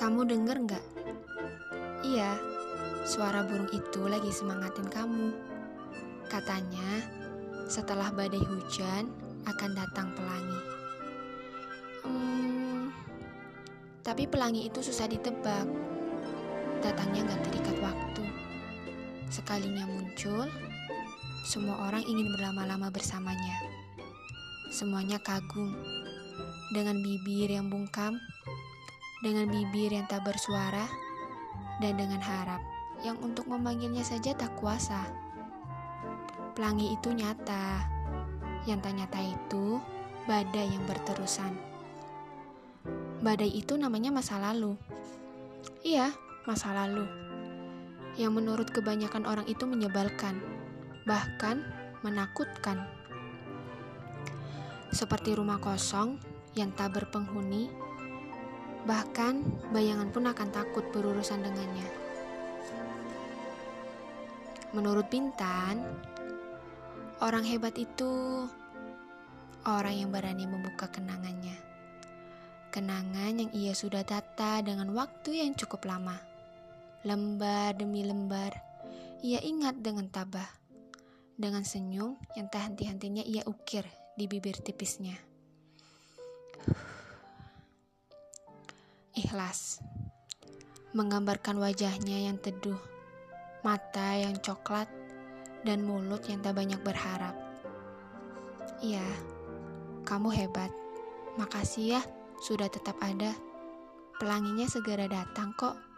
Kamu denger nggak? Iya, suara burung itu lagi semangatin kamu. Katanya, setelah badai hujan akan datang pelangi. Tapi pelangi itu susah ditebak. Datangnya nggak terikat waktu. Sekalinya muncul, semua orang ingin berlama-lama bersamanya. Semuanya kagum dengan bibir yang bungkam, dengan bibir yang tak bersuara, dan dengan harap yang untuk memanggilnya saja tak kuasa. Pelangi itu nyata, yang tak nyata itu badai yang berterusan. Badai itu namanya masa lalu. Iya, masa lalu. Yang menurut kebanyakan orang itu menyebalkan, bahkan menakutkan. Seperti rumah kosong yang tak berpenghuni, bahkan bayangan pun akan takut berurusan dengannya. Menurut Bintan, orang hebat itu orang yang berani membuka kenangannya. Kenangan yang ia sudah tata dengan waktu yang cukup lama. Lembar demi lembar, ia ingat dengan tabah. Dengan senyum yang tak henti-hentinya ia ukir di bibir tipisnya. Ikhlas menggambarkan wajahnya yang teduh, mata yang coklat, dan mulut yang tak banyak berharap. Iya, kamu hebat. Makasih ya, sudah tetap ada. Pelanginya segera datang kok.